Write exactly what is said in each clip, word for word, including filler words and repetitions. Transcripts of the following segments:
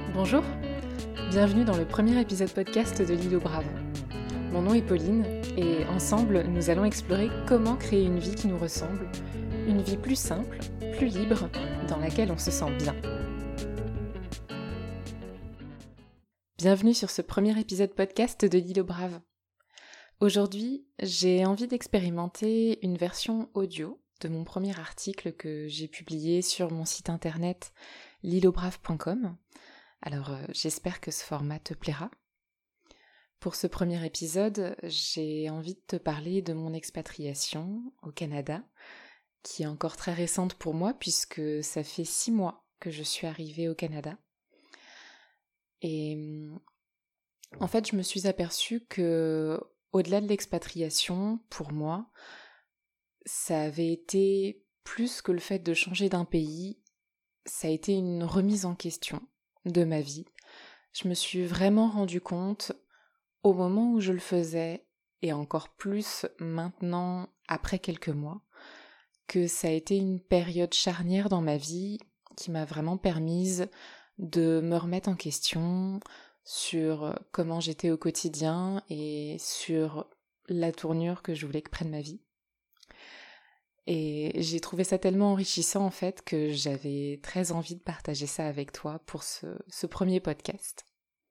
Bonjour, bienvenue dans le premier épisode podcast de l'île aux Braves. Mon nom est Pauline et ensemble nous allons explorer comment créer une vie qui nous ressemble, une vie plus simple, plus libre, dans laquelle on se sent bien. Bienvenue sur ce premier épisode podcast de l'île aux Braves. Aujourd'hui, j'ai envie d'expérimenter une version audio de mon premier article que j'ai publié sur mon site internet l'île aux braves point com. Alors euh, j'espère que ce format te plaira. Pour ce premier épisode, j'ai envie de te parler de mon expatriation au Canada, qui est encore très récente pour moi puisque ça fait six mois que je suis arrivée au Canada. Et en fait, je me suis aperçue que, au-delà de l'expatriation, pour moi, ça avait été plus que le fait de changer d'un pays, ça a été une remise en question de ma vie. Je me suis vraiment rendu compte, au moment où je le faisais, et encore plus maintenant, après quelques mois, que ça a été une période charnière dans ma vie qui m'a vraiment permise de me remettre en question sur comment j'étais au quotidien et sur la tournure que je voulais que prenne ma vie. Et j'ai trouvé ça tellement enrichissant en fait que j'avais très envie de partager ça avec toi pour ce, ce premier podcast.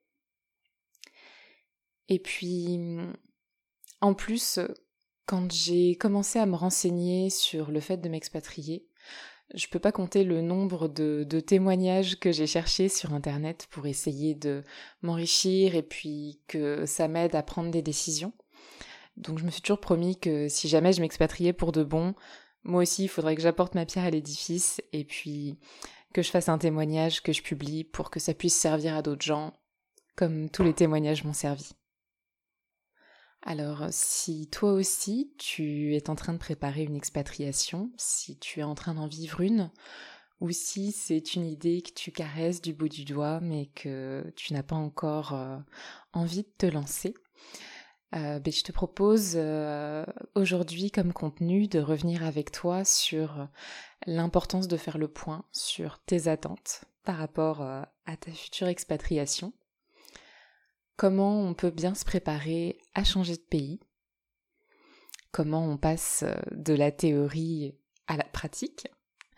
Et puis, en plus, quand j'ai commencé à me renseigner sur le fait de m'expatrier, je peux pas compter le nombre de, de témoignages que j'ai cherchés sur internet pour essayer de m'enrichir et puis que ça m'aide à prendre des décisions. Donc je me suis toujours promis que si jamais je m'expatriais pour de bon, moi aussi il faudrait que j'apporte ma pierre à l'édifice et puis que je fasse un témoignage que je publie pour que ça puisse servir à d'autres gens, comme tous les témoignages m'ont servi. Alors, si toi aussi, tu es en train de préparer une expatriation, si tu es en train d'en vivre une, ou si c'est une idée que tu caresses du bout du doigt, mais que tu n'as pas encore euh, envie de te lancer, euh, ben, je te propose euh, aujourd'hui comme contenu de revenir avec toi sur l'importance de faire le point sur tes attentes par rapport euh, à ta future expatriation. Comment on peut bien se préparer à changer de pays, comment on passe de la théorie à la pratique.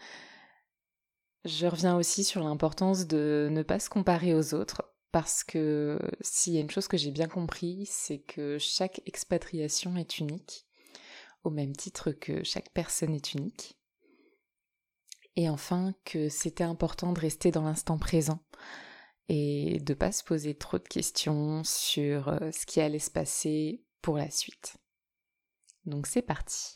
Je reviens aussi sur l'importance de ne pas se comparer aux autres, parce que s'il y a une chose que j'ai bien compris, c'est que chaque expatriation est unique, au même titre que chaque personne est unique. Et enfin, que c'était important de rester dans l'instant présent, et de ne pas se poser trop de questions sur ce qui allait se passer pour la suite. Donc c'est parti.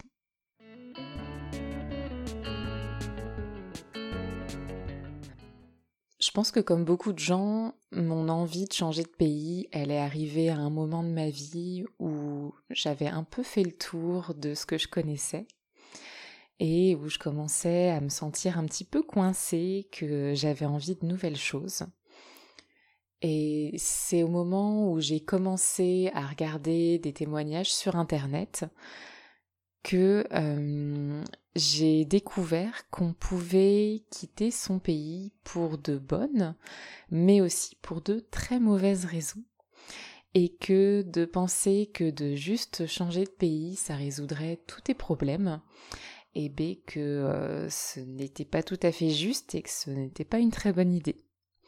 Je pense que comme beaucoup de gens, mon envie de changer de pays, elle est arrivée à un moment de ma vie où j'avais un peu fait le tour de ce que je connaissais et où je commençais à me sentir un petit peu coincée, que j'avais envie de nouvelles choses. Et c'est au moment où j'ai commencé à regarder des témoignages sur internet que euh, j'ai découvert qu'on pouvait quitter son pays pour de bonnes, mais aussi pour de très mauvaises raisons. Et que de penser que de juste changer de pays, ça résoudrait tous tes problèmes, et bien que euh, ce n'était pas tout à fait juste et que ce n'était pas une très bonne idée.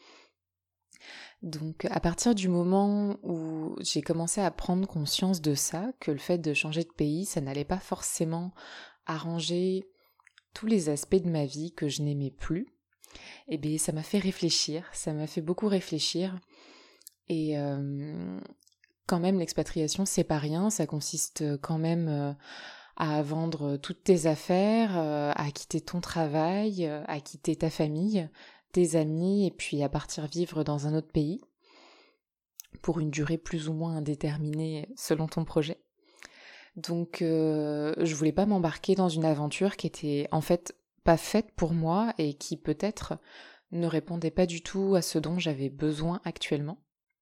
Donc à partir du moment où j'ai commencé à prendre conscience de ça, que le fait de changer de pays, ça n'allait pas forcément arranger tous les aspects de ma vie que je n'aimais plus, et bien ça m'a fait réfléchir, ça m'a fait beaucoup réfléchir. Et euh, quand même l'expatriation c'est pas rien, ça consiste quand même euh, à vendre toutes tes affaires, euh, à quitter ton travail, euh, à quitter ta famille, tes amis et puis à partir vivre dans un autre pays pour une durée plus ou moins indéterminée selon ton projet. Donc euh, je voulais pas m'embarquer dans une aventure qui était en fait pas faite pour moi et qui peut-être ne répondait pas du tout à ce dont j'avais besoin actuellement.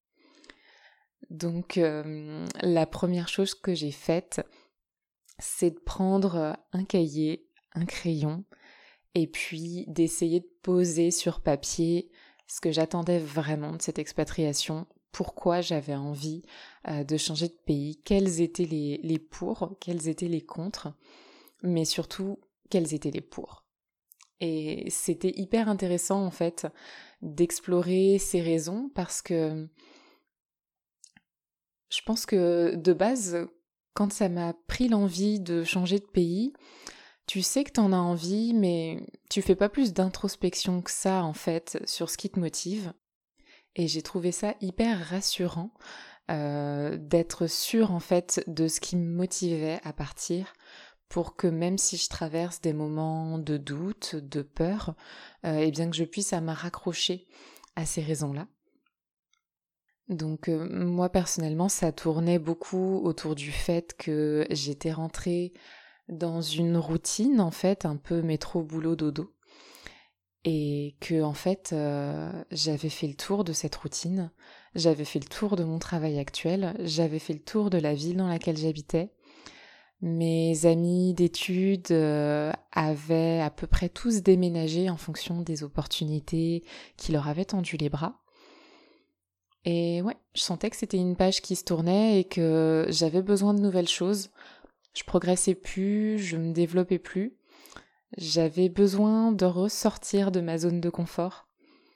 Donc euh, la première chose que j'ai faite, c'est de prendre un cahier, un crayon, et puis d'essayer de poser sur papier ce que j'attendais vraiment de cette expatriation, pourquoi j'avais envie euh, de changer de pays, quels étaient les, les pour, quels étaient les contre, mais surtout quels étaient les pour. Et c'était hyper intéressant en fait d'explorer ces raisons parce que je pense que de base, quand ça m'a pris l'envie de changer de pays, tu sais que t'en as envie, mais tu fais pas plus d'introspection que ça en fait sur ce qui te motive. Et j'ai trouvé ça hyper rassurant euh, d'être sûre en fait de ce qui me motivait à partir pour que même si je traverse des moments de doute, de peur, euh, et bien que je puisse à me raccrocher à ces raisons-là. Donc euh, moi personnellement ça tournait beaucoup autour du fait que j'étais rentrée dans une routine en fait un peu métro boulot dodo et que en fait euh, j'avais fait le tour de cette routine, j'avais fait le tour de mon travail actuel, j'avais fait le tour de la ville dans laquelle j'habitais. Mes amis d'études euh, avaient à peu près tous déménagé en fonction des opportunités qui leur avaient tendu les bras. Et ouais, je sentais que c'était une page qui se tournait et que j'avais besoin de nouvelles choses. Je progressais plus, je me développais plus. J'avais besoin de ressortir de ma zone de confort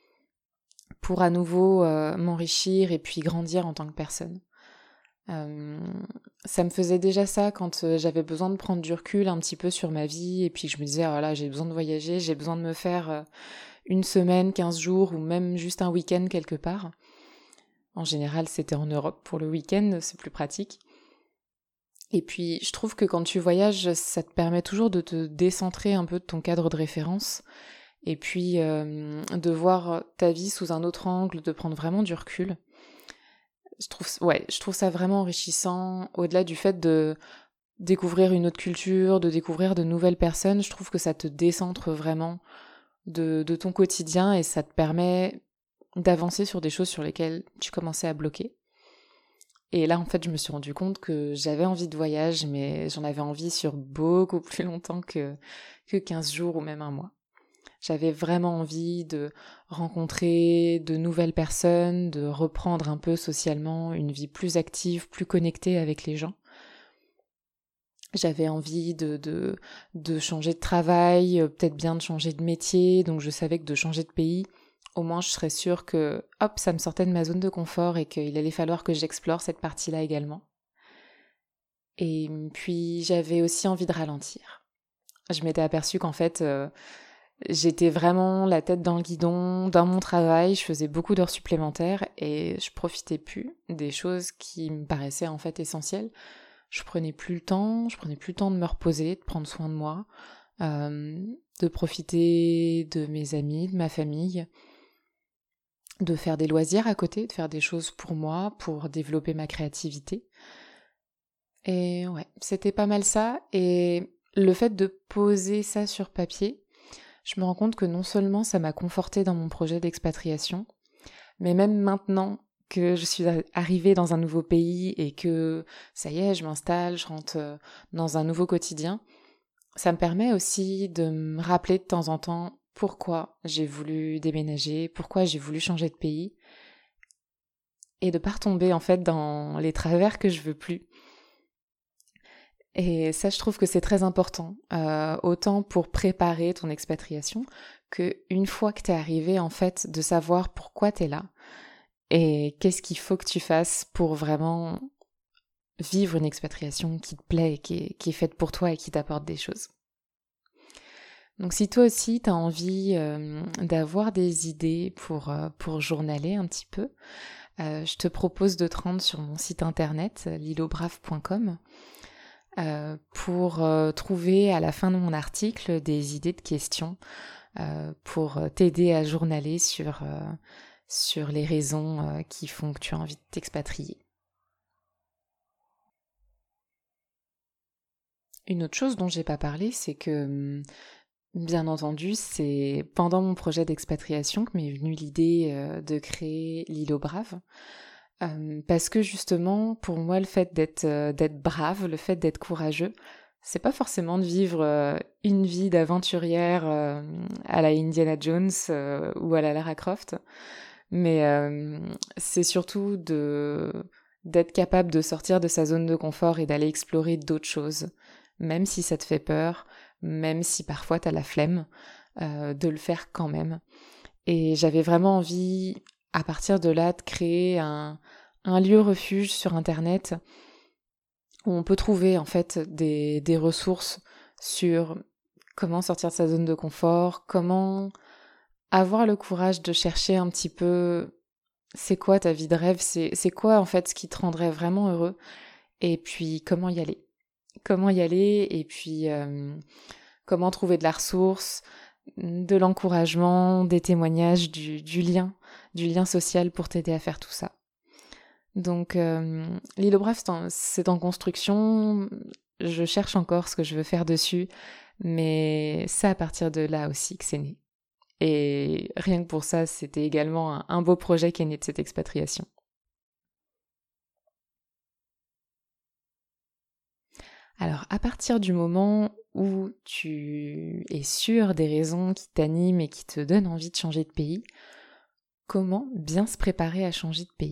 pour à nouveau euh, m'enrichir et puis grandir en tant que personne. Euh, ça me faisait déjà ça quand euh, j'avais besoin de prendre du recul un petit peu sur ma vie et puis je me disais oh là j'ai besoin de voyager, j'ai besoin de me faire euh, une semaine, quinze jours ou même juste un week-end quelque part. En général c'était en Europe pour le week-end, c'est plus pratique. Et puis je trouve que quand tu voyages ça te permet toujours de te décentrer un peu de ton cadre de référence et puis euh, de voir ta vie sous un autre angle, de prendre vraiment du recul. Je trouve, ouais, je trouve ça vraiment enrichissant, au-delà du fait de découvrir une autre culture, de découvrir de nouvelles personnes, je trouve que ça te décentre vraiment de, de ton quotidien et ça te permet d'avancer sur des choses sur lesquelles tu commençais à bloquer. Et là, en fait, je me suis rendu compte que j'avais envie de voyage, mais j'en avais envie sur beaucoup plus longtemps que, que quinze jours ou même un mois. J'avais vraiment envie de rencontrer de nouvelles personnes, de reprendre un peu socialement une vie plus active, plus connectée avec les gens. J'avais envie de, de, de changer de travail, peut-être bien de changer de métier, donc je savais que de changer de pays, au moins je serais sûre que hop, ça me sortait de ma zone de confort et qu'il allait falloir que j'explore cette partie-là également. Et puis j'avais aussi envie de ralentir. Je m'étais aperçue qu'en fait... Euh, J'étais vraiment la tête dans le guidon, dans mon travail, je faisais beaucoup d'heures supplémentaires et je profitais plus des choses qui me paraissaient en fait essentielles. Je prenais plus le temps, je prenais plus le temps de me reposer, de prendre soin de moi, euh, de profiter de mes amis, de ma famille, de faire des loisirs à côté, de faire des choses pour moi, pour développer ma créativité. Et ouais, c'était pas mal ça. Et le fait de poser ça sur papier, je me rends compte que non seulement ça m'a confortée dans mon projet d'expatriation, mais même maintenant que je suis arrivée dans un nouveau pays et que ça y est, je m'installe, je rentre dans un nouveau quotidien, ça me permet aussi de me rappeler de temps en temps pourquoi j'ai voulu déménager, pourquoi j'ai voulu changer de pays et de pas retomber en fait dans les travers que je veux plus. Et ça, je trouve que c'est très important, euh, autant pour préparer ton expatriation que une fois que t'es arrivé, en fait, de savoir pourquoi t'es là et qu'est-ce qu'il faut que tu fasses pour vraiment vivre une expatriation qui te plaît et qui est, qui est faite pour toi et qui t'apporte des choses. Donc si toi aussi t'as envie euh, d'avoir des idées pour, euh, pour journaler un petit peu, euh, je te propose de te rendre sur mon site internet lilobrave point com. Euh, pour euh, trouver à la fin de mon article des idées de questions euh, pour t'aider à journaler sur, euh, sur les raisons euh, qui font que tu as envie de t'expatrier. Une autre chose dont j'ai pas parlé, c'est que, bien entendu, c'est pendant mon projet d'expatriation que m'est venue l'idée euh, de créer l'île aux Braves. Euh, parce que justement, pour moi, le fait d'être, euh, d'être brave, le fait d'être courageux, c'est pas forcément de vivre euh, une vie d'aventurière euh, à la Indiana Jones euh, ou à la Lara Croft, mais euh, c'est surtout de d'être capable de sortir de sa zone de confort et d'aller explorer d'autres choses, même si ça te fait peur, même si parfois t'as la flemme, euh, de le faire quand même. Et j'avais vraiment envie, à partir de là, de créer un, un lieu refuge sur Internet où on peut trouver en fait des, des ressources sur comment sortir de sa zone de confort, comment avoir le courage de chercher un petit peu c'est quoi ta vie de rêve, c'est, c'est quoi en fait ce qui te rendrait vraiment heureux, et puis comment y aller. Comment y aller, et puis euh, comment trouver de la ressource, de l'encouragement, des témoignages, du, du lien, du lien social pour t'aider à faire tout ça. Donc euh, l'île aux Braves, c'est en, c'est en construction, je cherche encore ce que je veux faire dessus, mais c'est à partir de là aussi que c'est né. Et rien que pour ça, c'était également un, un beau projet qui est né de cette expatriation. Alors, à partir du moment où tu es sûr des raisons qui t'animent et qui te donnent envie de changer de pays, comment bien se préparer à changer de pays ?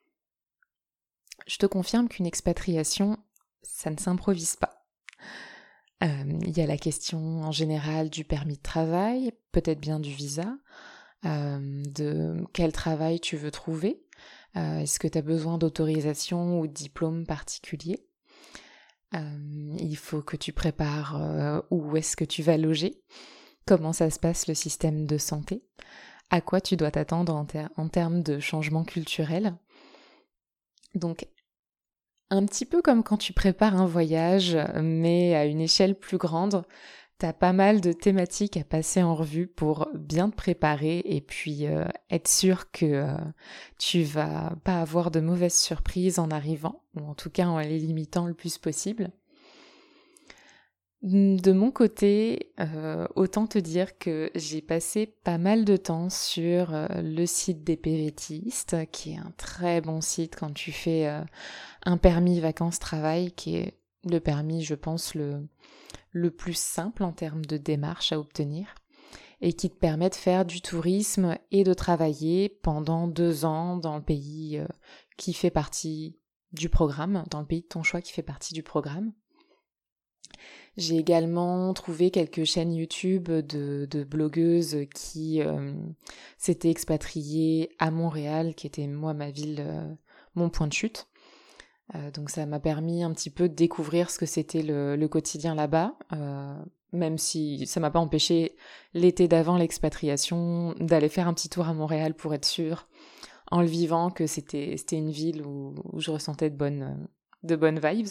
Je te confirme qu'une expatriation, ça ne s'improvise pas. Euh, il y a la question en général du permis de travail, peut-être bien du visa, euh, de quel travail tu veux trouver, euh, est-ce que tu as besoin d'autorisation ou de diplôme particulier. Euh, il faut que tu prépares euh, où est-ce que tu vas loger, comment ça se passe le système de santé, à quoi tu dois t'attendre en, ter- en termes de changement culturel. Donc, un petit peu comme quand tu prépares un voyage, mais à une échelle plus grande, t'as pas mal de thématiques à passer en revue pour bien te préparer et puis euh, être sûr que euh, tu vas pas avoir de mauvaises surprises en arrivant, ou en tout cas en les limitant le plus possible. De mon côté, euh, autant te dire que j'ai passé pas mal de temps sur euh, le site des PVTistes, qui est un très bon site quand tu fais euh, un permis vacances-travail, qui est le permis, je pense, le, le plus simple en termes de démarche à obtenir, et qui te permet de faire du tourisme et de travailler pendant deux ans dans le pays euh, qui fait partie du programme, dans le pays de ton choix qui fait partie du programme. J'ai également trouvé quelques chaînes YouTube de, de blogueuses qui euh, s'étaient expatriées à Montréal, qui était moi ma ville, euh, mon point de chute. Euh, donc ça m'a permis un petit peu de découvrir ce que c'était le, le quotidien là-bas, euh, même si ça m'a pas empêché l'été d'avant l'expatriation d'aller faire un petit tour à Montréal pour être sûre, en le vivant, que c'était, c'était une ville où, où je ressentais de bonnes, de bonnes vibes.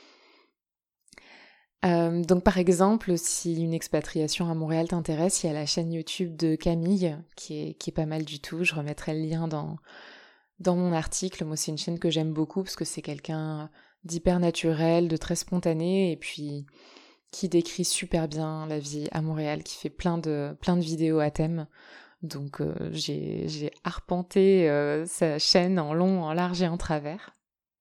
Euh, donc par exemple, si une expatriation à Montréal t'intéresse, il y a la chaîne YouTube de Camille qui est, qui est pas mal du tout. Je remettrai le lien dans, dans mon article. Moi, c'est une chaîne que j'aime beaucoup parce que c'est quelqu'un d'hyper naturel, de très spontané et puis qui décrit super bien la vie à Montréal, qui fait plein de, plein de vidéos à thème. Donc euh, j'ai, j'ai arpenté euh, sa chaîne en long, en large et en travers.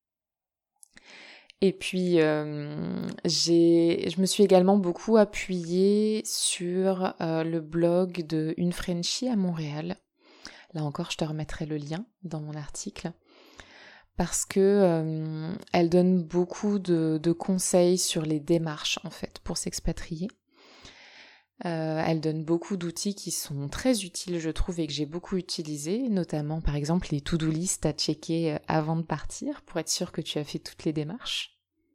Et puis, euh, j'ai, je me suis également beaucoup appuyée sur euh, le blog de Une Frenchie à Montréal. Là encore, je te remettrai le lien dans mon article. Parce que euh, elle donne beaucoup de, de conseils sur les démarches, en fait, pour s'expatrier. Euh, elle donne beaucoup d'outils qui sont très utiles, je trouve, et que j'ai beaucoup utilisés, notamment, par exemple, les to-do list à checker avant de partir, pour être sûr que tu as fait toutes les démarches.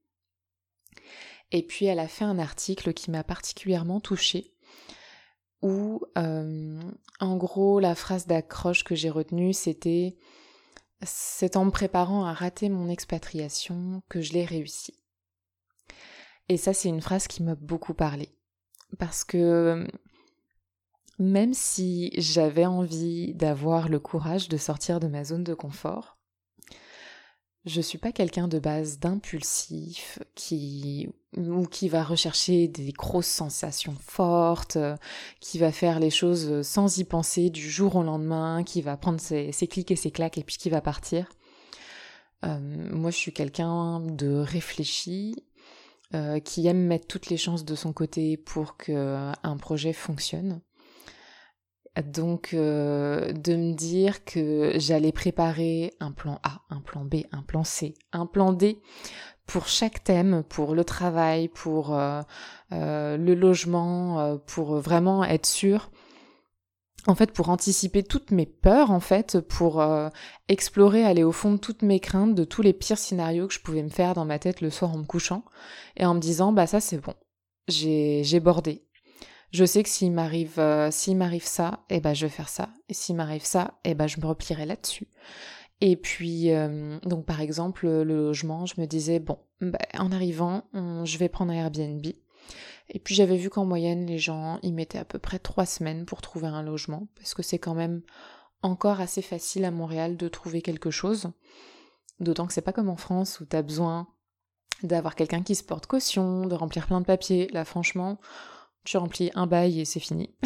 Et puis, elle a fait un article qui m'a particulièrement touchée, où, euh, en gros, la phrase d'accroche que j'ai retenue, c'était « C'est en me préparant à rater mon expatriation que je l'ai réussi ». Et ça, c'est une phrase qui m'a beaucoup parlé. Parce que même si j'avais envie d'avoir le courage de sortir de ma zone de confort, je suis pas quelqu'un de base d'impulsif qui ou qui va rechercher des grosses sensations fortes, qui va faire les choses sans y penser du jour au lendemain, qui va prendre ses, ses clics et ses claques et puis qui va partir. Euh, moi, je suis quelqu'un de réfléchi, euh, qui aime mettre toutes les chances de son côté pour qu'un projet fonctionne. Donc, euh, de me dire que j'allais préparer un plan A, un plan B, un plan C, un plan D pour chaque thème, pour le travail, pour euh, euh, le logement, euh, pour vraiment être sûre, en fait, pour anticiper toutes mes peurs, en fait, pour euh, explorer, aller au fond de toutes mes craintes, de tous les pires scénarios que je pouvais me faire dans ma tête le soir en me couchant, et en me disant, bah ça c'est bon, j'ai, j'ai bordé. Je sais que s'il m'arrive, euh, s'il m'arrive ça, eh ben je vais faire ça. Et s'il m'arrive ça, eh ben je me replierai là-dessus. Et puis, euh, donc par exemple, le logement, je me disais, bon, bah, en arrivant, on, je vais prendre un Airbnb. Et puis j'avais vu qu'en moyenne, les gens, ils mettaient à peu près trois semaines pour trouver un logement, parce que c'est quand même encore assez facile à Montréal de trouver quelque chose. D'autant que c'est pas comme en France où t'as besoin d'avoir quelqu'un qui se porte caution, de remplir plein de papiers. Là, franchement, tu remplis un bail et c'est fini.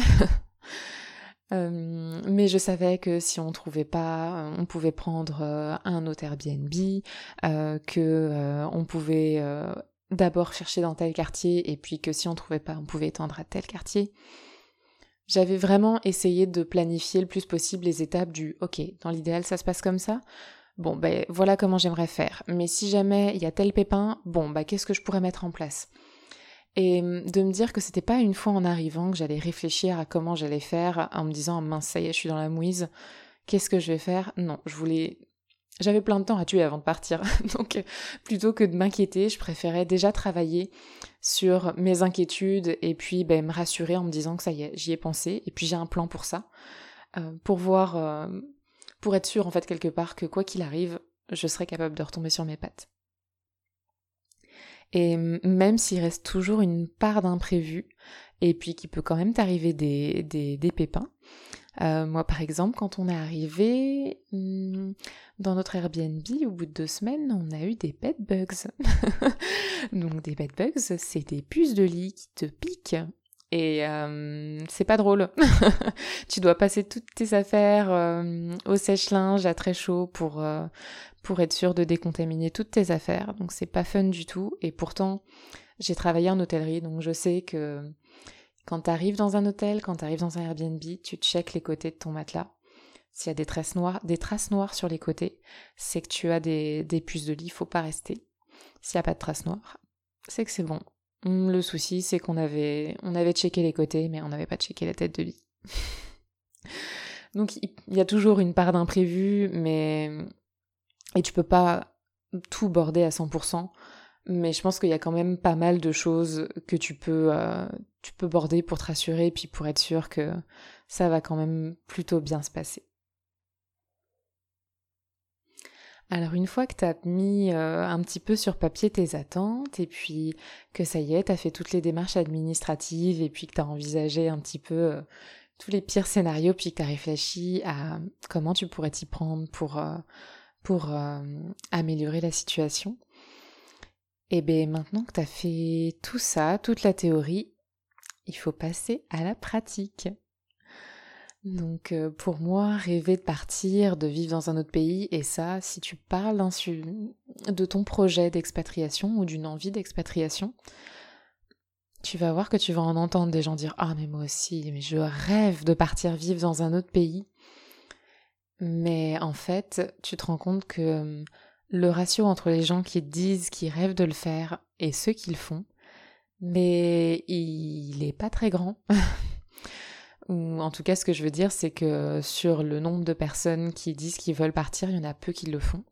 euh, mais je savais que si on trouvait pas, on pouvait prendre euh, un autre Airbnb, euh, que euh, on pouvait euh, d'abord chercher dans tel quartier et puis que si on trouvait pas, on pouvait étendre à tel quartier. J'avais vraiment essayé de planifier le plus possible les étapes du « ok, dans l'idéal ça se passe comme ça ». Bon, ben voilà comment j'aimerais faire. Mais si jamais il y a tel pépin, bon, bah qu'est-ce que je pourrais mettre en place ? Et de me dire que c'était pas une fois en arrivant que j'allais réfléchir à comment j'allais faire en me disant « mince, ça y est, je suis dans la mouise, qu'est-ce que je vais faire ?» Non, je voulais... J'avais plein de temps à tuer avant de partir. Donc, plutôt que de m'inquiéter, je préférais déjà travailler sur mes inquiétudes et puis ben, me rassurer en me disant que ça y est, j'y ai pensé et puis j'ai un plan pour ça, euh, pour voir... Euh, pour être sûre en fait quelque part que quoi qu'il arrive, je serai capable de retomber sur mes pattes. Et même s'il reste toujours une part d'imprévu, et puis qu'il peut quand même t'arriver des, des, des pépins, euh, moi par exemple quand on est arrivé hum, dans notre Airbnb, au bout de deux semaines, on a eu des bed bugs. Donc des bed bugs, c'est des puces de lit qui te piquent. Et euh, c'est pas drôle. Tu dois passer toutes tes affaires euh, au sèche-linge à très chaud pour, euh, pour être sûr de décontaminer toutes tes affaires. Donc c'est pas fun du tout. Et pourtant, j'ai travaillé en hôtellerie, donc je sais que quand t'arrives dans un hôtel, quand t'arrives dans un Airbnb, tu checkes les côtés de ton matelas. S'il y a des traces noires, des traces noires sur les côtés, c'est que tu as des, des puces de lit, faut pas rester. S'il n'y a pas de traces noires, c'est que c'est bon. Le souci, c'est qu'on avait, on avait checké les côtés, mais on n'avait pas checké la tête de lit. Donc, il y a toujours une part d'imprévu, mais... Et tu peux pas tout border à cent pour cent, mais je pense qu'il y a quand même pas mal de choses que tu peux, euh, tu peux border pour te rassurer, et puis pour être sûr que ça va quand même plutôt bien se passer. Alors une fois que tu as mis euh, un petit peu sur papier tes attentes et puis que ça y est, tu as fait toutes les démarches administratives et puis que tu as envisagé un petit peu euh, tous les pires scénarios puis que tu as réfléchi à comment tu pourrais t'y prendre pour, euh, pour euh, améliorer la situation, et bien maintenant que tu as fait tout ça, toute la théorie, il faut passer à la pratique. Donc euh, pour moi, rêver de partir, de vivre dans un autre pays, et ça, si tu parles de ton projet d'expatriation ou d'une envie d'expatriation, tu vas voir que tu vas en entendre des gens dire « Ah mais moi aussi, mais je rêve de partir vivre dans un autre pays ». Mais en fait, tu te rends compte que le ratio entre les gens qui disent qu'ils rêvent de le faire et ceux qui le font, mais il est pas très grand. Ou en tout cas, ce que je veux dire, c'est que sur le nombre de personnes qui disent qu'ils veulent partir, il y en a peu qui le font.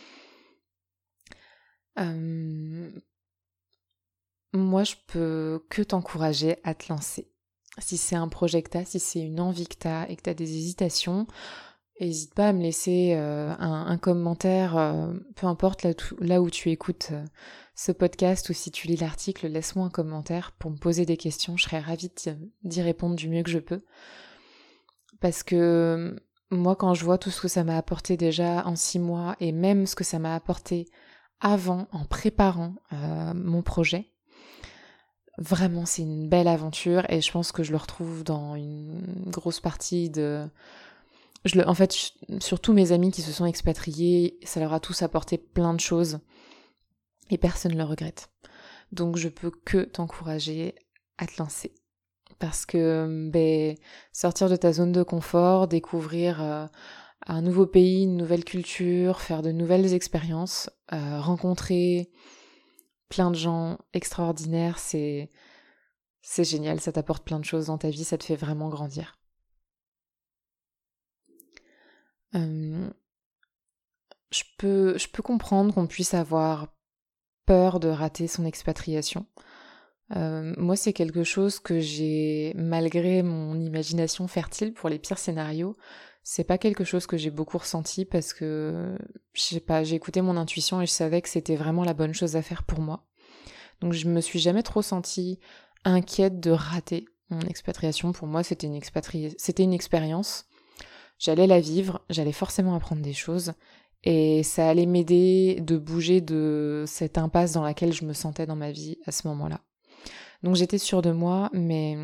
Euh... Moi, je peux que t'encourager à te lancer. Si c'est un projet que t'as, si c'est une envie que t'as et que t'as des hésitations, n'hésite pas à me laisser euh, un, un commentaire, euh, peu importe là, tout, là où tu écoutes euh, ce podcast ou si tu lis l'article, laisse-moi un commentaire pour me poser des questions, je serais ravie d'y répondre du mieux que je peux. Parce que moi, quand je vois tout ce que ça m'a apporté déjà en six mois et même ce que ça m'a apporté avant, en préparant euh, mon projet, vraiment c'est une belle aventure et je pense que je le retrouve dans une grosse partie de... Je le, en fait, je, surtout mes amis qui se sont expatriés, ça leur a tous apporté plein de choses et personne ne le regrette. Donc je peux que t'encourager à te lancer. Parce que ben, sortir de ta zone de confort, découvrir euh, un nouveau pays, une nouvelle culture, faire de nouvelles expériences, euh, rencontrer plein de gens extraordinaires, c'est, c'est génial, ça t'apporte plein de choses dans ta vie, ça te fait vraiment grandir. Euh, je peux, je peux comprendre qu'on puisse avoir peur de rater son expatriation. Euh, moi, c'est quelque chose que j'ai, malgré mon imagination fertile pour les pires scénarios, c'est pas quelque chose que j'ai beaucoup ressenti parce que, je sais pas, j'ai écouté mon intuition et je savais que c'était vraiment la bonne chose à faire pour moi. Donc je me suis jamais trop sentie inquiète de rater mon expatriation. Pour moi, c'était une expatri... c'était une expérience. J'allais la vivre, j'allais forcément apprendre des choses et ça allait m'aider de bouger de cette impasse dans laquelle je me sentais dans ma vie à ce moment-là. Donc j'étais sûre de moi, mais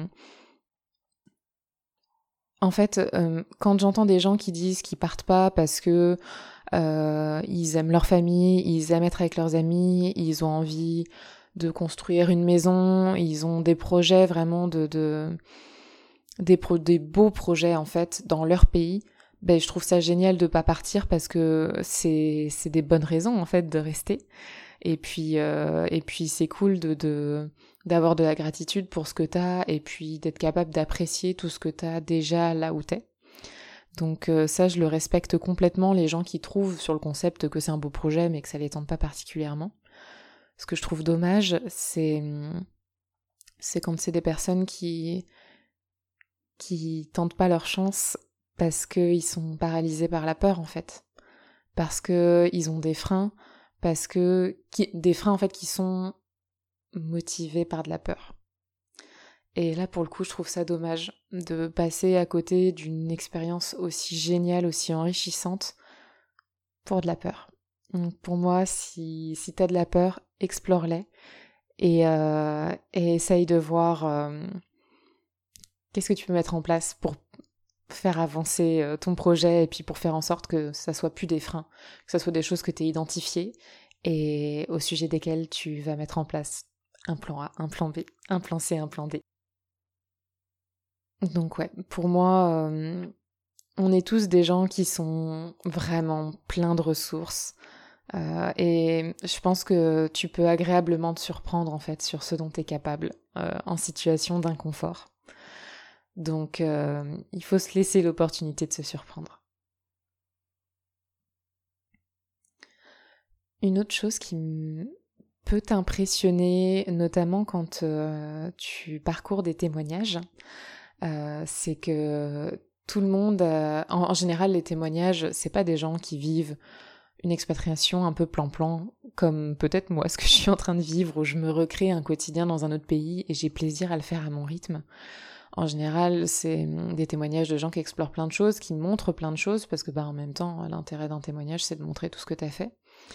en fait, euh, quand j'entends des gens qui disent qu'ils partent pas parce que euh, ils aiment leur famille, ils aiment être avec leurs amis, ils ont envie de construire une maison, ils ont des projets vraiment de, de des, pro, des beaux projets en fait dans leur pays, ben je trouve ça génial de pas partir parce que c'est c'est des bonnes raisons en fait de rester. Et puis, euh, et puis c'est cool de, de, d'avoir de la gratitude pour ce que t'as et puis d'être capable d'apprécier tout ce que t'as déjà là où t'es. Donc euh, ça, je le respecte complètement, les gens qui trouvent sur le concept que c'est un beau projet mais que ça les tente pas particulièrement. Ce que je trouve dommage, c'est, c'est quand c'est des personnes qui, qui tentent pas leur chance parce qu'ils sont paralysés par la peur en fait. Parce qu'ils ont des freins, parce que qui, des freins en fait qui sont motivés par de la peur. Et là pour le coup je trouve ça dommage de passer à côté d'une expérience aussi géniale, aussi enrichissante pour de la peur. Donc pour moi si, si t'as de la peur, explore-les et, euh, et essaye de voir euh, qu'est-ce que tu peux mettre en place pour faire avancer ton projet et puis pour faire en sorte que ça soit plus des freins, que ça soit des choses que tu as identifiées et au sujet desquelles tu vas mettre en place un plan A, un plan B, un plan C, un plan D. Donc ouais, pour moi, euh, on est tous des gens qui sont vraiment pleins de ressources euh, et je pense que tu peux agréablement te surprendre en fait sur ce dont tu es capable euh, en situation d'inconfort. Donc euh, il faut se laisser l'opportunité de se surprendre. Une autre chose qui m- peut t'impressionner, notamment quand euh, tu parcours des témoignages, euh, c'est que tout le monde, euh, en, en général, les témoignages, c'est pas des gens qui vivent une expatriation un peu plan-plan, comme peut-être moi, ce que je suis en train de vivre, où je me recrée un quotidien dans un autre pays et j'ai plaisir à le faire à mon rythme. En général, c'est des témoignages de gens qui explorent plein de choses, qui montrent plein de choses, parce que bah, en même temps, l'intérêt d'un témoignage, c'est de montrer tout ce que t'as fait.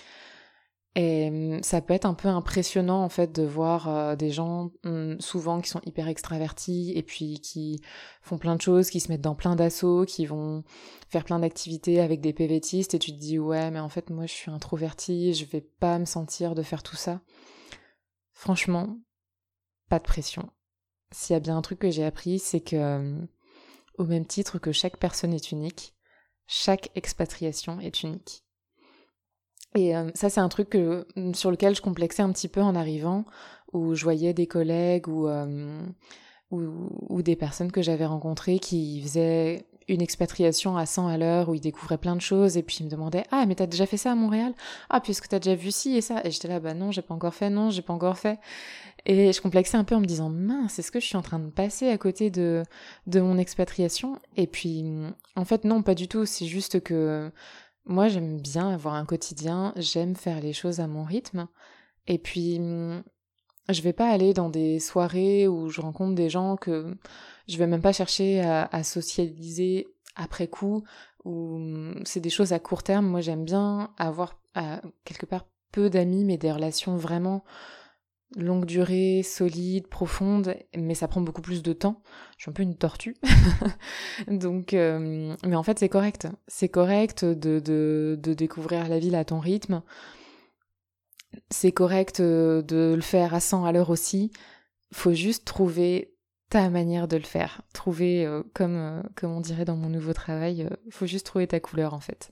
Et ça peut être un peu impressionnant en fait de voir euh, des gens hum, souvent qui sont hyper extravertis et puis qui font plein de choses, qui se mettent dans plein d'assauts, qui vont faire plein d'activités avec des PVTistes et tu te dis ouais mais en fait moi je suis introvertie, je vais pas me sentir de faire tout ça. Franchement, pas de pression. S'il y a bien un truc que j'ai appris, c'est que euh, au même titre que chaque personne est unique, chaque expatriation est unique. Et euh, ça, c'est un truc que, sur lequel je complexais un petit peu en arrivant, où je voyais des collègues ou, euh, ou, ou des personnes que j'avais rencontrées qui faisaient une expatriation à cent à l'heure, où ils découvraient plein de choses, et puis ils me demandaient « Ah, mais t'as déjà fait ça à Montréal ? Ah, puisque t'as déjà vu ci et ça ?» Et j'étais là « Bah non, j'ai pas encore fait, non, j'ai pas encore fait. » Et je complexais un peu en me disant « Mince, est-ce que je suis en train de passer à côté de, de mon expatriation ?» Et puis, en fait, non, pas du tout, c'est juste que... Moi, j'aime bien avoir un quotidien, j'aime faire les choses à mon rythme. Et puis, je vais pas aller dans des soirées où je rencontre des gens que je vais même pas chercher à, à socialiser après coup, ou c'est des choses à court terme. Moi, j'aime bien avoir à, quelque part peu d'amis, mais des relations vraiment longue durée, solide, profonde, mais ça prend beaucoup plus de temps. Je suis un peu une tortue. Donc, euh, mais en fait, c'est correct. C'est correct de, de, de découvrir la ville à ton rythme. c'est correct euh, de le faire à cent à l'heure aussi. Faut juste trouver ta manière de le faire. Trouver, euh, comme, euh, comme on dirait dans mon nouveau travail, euh, faut juste trouver ta couleur en fait.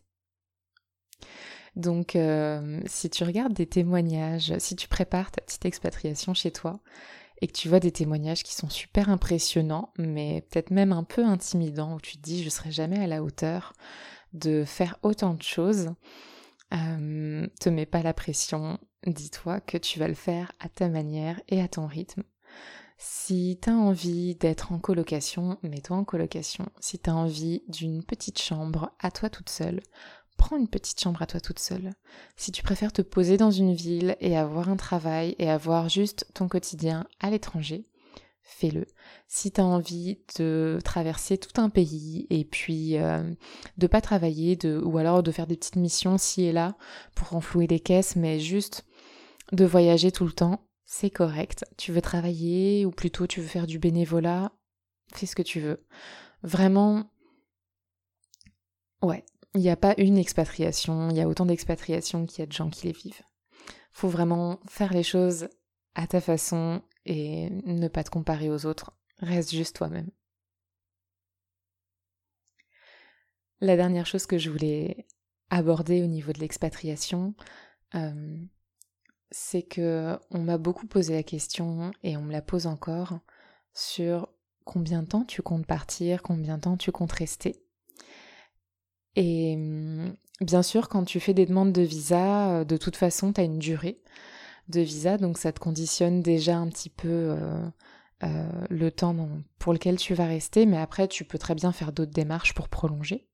Donc, euh, si tu regardes des témoignages, si tu prépares ta petite expatriation chez toi et que tu vois des témoignages qui sont super impressionnants, mais peut-être même un peu intimidants, où tu te dis je serai jamais à la hauteur de faire autant de choses, euh, te mets pas la pression, dis-toi que tu vas le faire à ta manière et à ton rythme. Si t'as envie d'être en colocation, mets-toi en colocation. Si t'as envie d'une petite chambre à toi toute seule, prends une petite chambre à toi toute seule. Si tu préfères te poser dans une ville et avoir un travail et avoir juste ton quotidien à l'étranger, fais-le. Si tu as envie de traverser tout un pays et puis euh, de pas travailler, de, ou alors de faire des petites missions ci et là pour renflouer les caisses, mais juste de voyager tout le temps, c'est correct. Tu veux travailler ou plutôt tu veux faire du bénévolat, fais ce que tu veux. Vraiment, ouais. Il n'y a pas une expatriation, il y a autant d'expatriations qu'il y a de gens qui les vivent. Faut vraiment faire les choses à ta façon et ne pas te comparer aux autres. Reste juste toi-même. La dernière chose que je voulais aborder au niveau de l'expatriation, euh, c'est que on m'a beaucoup posé la question et on me la pose encore sur combien de temps tu comptes partir, combien de temps tu comptes rester. Et bien sûr, quand tu fais des demandes de visa, de toute façon, tu as une durée de visa, donc ça te conditionne déjà un petit peu euh, euh, le temps pour lequel tu vas rester, mais après, tu peux très bien faire d'autres démarches pour prolonger.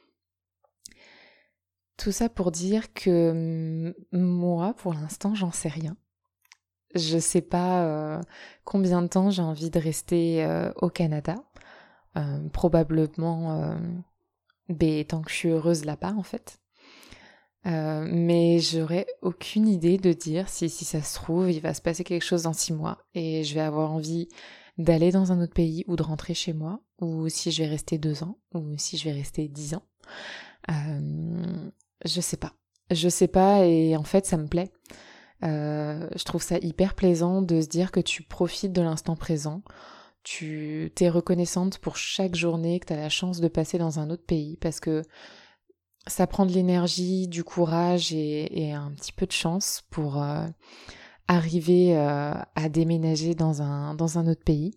Tout ça pour dire que moi, pour l'instant, j'en sais rien. Je sais pas euh, combien de temps j'ai envie de rester euh, au Canada. Euh, probablement... Euh, Ben, tant que je suis heureuse là-bas en fait. Euh, mais j'aurais aucune idée de dire si, si ça se trouve, il va se passer quelque chose dans six mois et je vais avoir envie d'aller dans un autre pays ou de rentrer chez moi, ou si je vais rester deux ans, ou si je vais rester dix ans. Euh, je sais pas. Je sais pas et en fait ça me plaît. Euh, je trouve ça hyper plaisant de se dire que tu profites de l'instant présent. Tu t'es reconnaissante pour chaque journée que tu as la chance de passer dans un autre pays parce que ça prend de l'énergie, du courage et, et un petit peu de chance pour euh, arriver euh, à déménager dans un, dans un autre pays.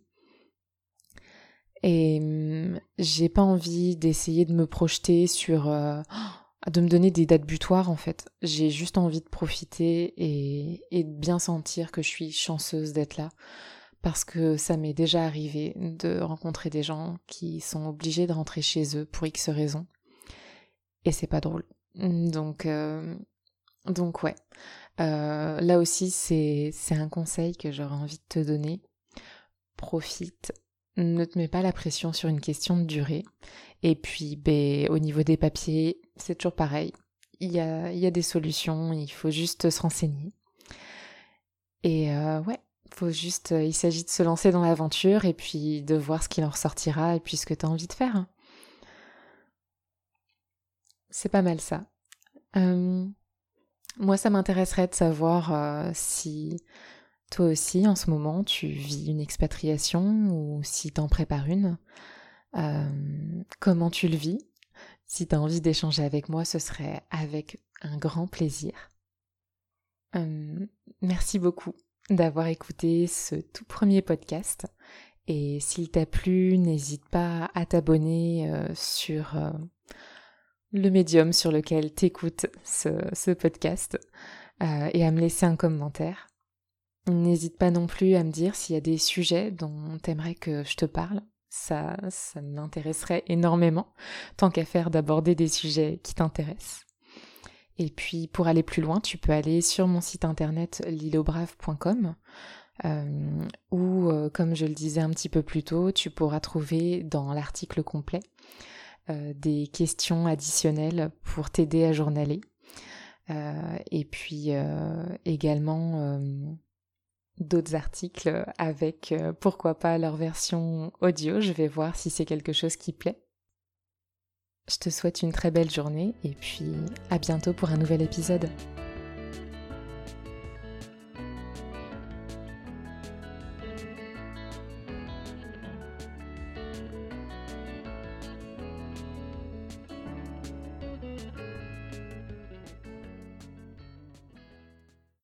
Et hum, j'ai pas envie d'essayer de me projeter sur... Euh, de me donner des dates butoirs en fait. J'ai juste envie de profiter et, et de bien sentir que je suis chanceuse d'être là. Parce que ça m'est déjà arrivé de rencontrer des gens qui sont obligés de rentrer chez eux pour X raisons. Et c'est pas drôle. Donc, euh, donc ouais. Euh, là aussi, c'est, c'est un conseil que j'aurais envie de te donner. Profite. Ne te mets pas la pression sur une question de durée. Et puis, ben, au niveau des papiers, c'est toujours pareil. Il y a, il y a des solutions, il faut juste se renseigner. Et euh, ouais. Faut juste, il s'agit de se lancer dans l'aventure et puis de voir ce qu'il en ressortira et puis ce que tu as envie de faire. C'est pas mal ça. Euh, moi, ça m'intéresserait de savoir euh, si toi aussi, en ce moment, tu vis une expatriation ou si t'en prépares une. Euh, comment tu le vis? Si tu as envie d'échanger avec moi, ce serait avec un grand plaisir. Euh, merci beaucoup d'avoir écouté ce tout premier podcast. Et s'il t'a plu, n'hésite pas à t'abonner euh, sur euh, le médium sur lequel t'écoutes ce, ce podcast euh, et à me laisser un commentaire. N'hésite pas non plus à me dire s'il y a des sujets dont t'aimerais que je te parle. Ça, ça m'intéresserait énormément, tant qu'à faire d'aborder des sujets qui t'intéressent. Et puis pour aller plus loin, tu peux aller sur mon site internet lilobrave point com euh, où, euh, comme je le disais un petit peu plus tôt, tu pourras trouver dans l'article complet euh, des questions additionnelles pour t'aider à journaler. Euh, et puis euh, également euh, d'autres articles avec, euh, pourquoi pas, leur version audio. Je vais voir si c'est quelque chose qui plaît. Je te souhaite une très belle journée et puis à bientôt pour un nouvel épisode.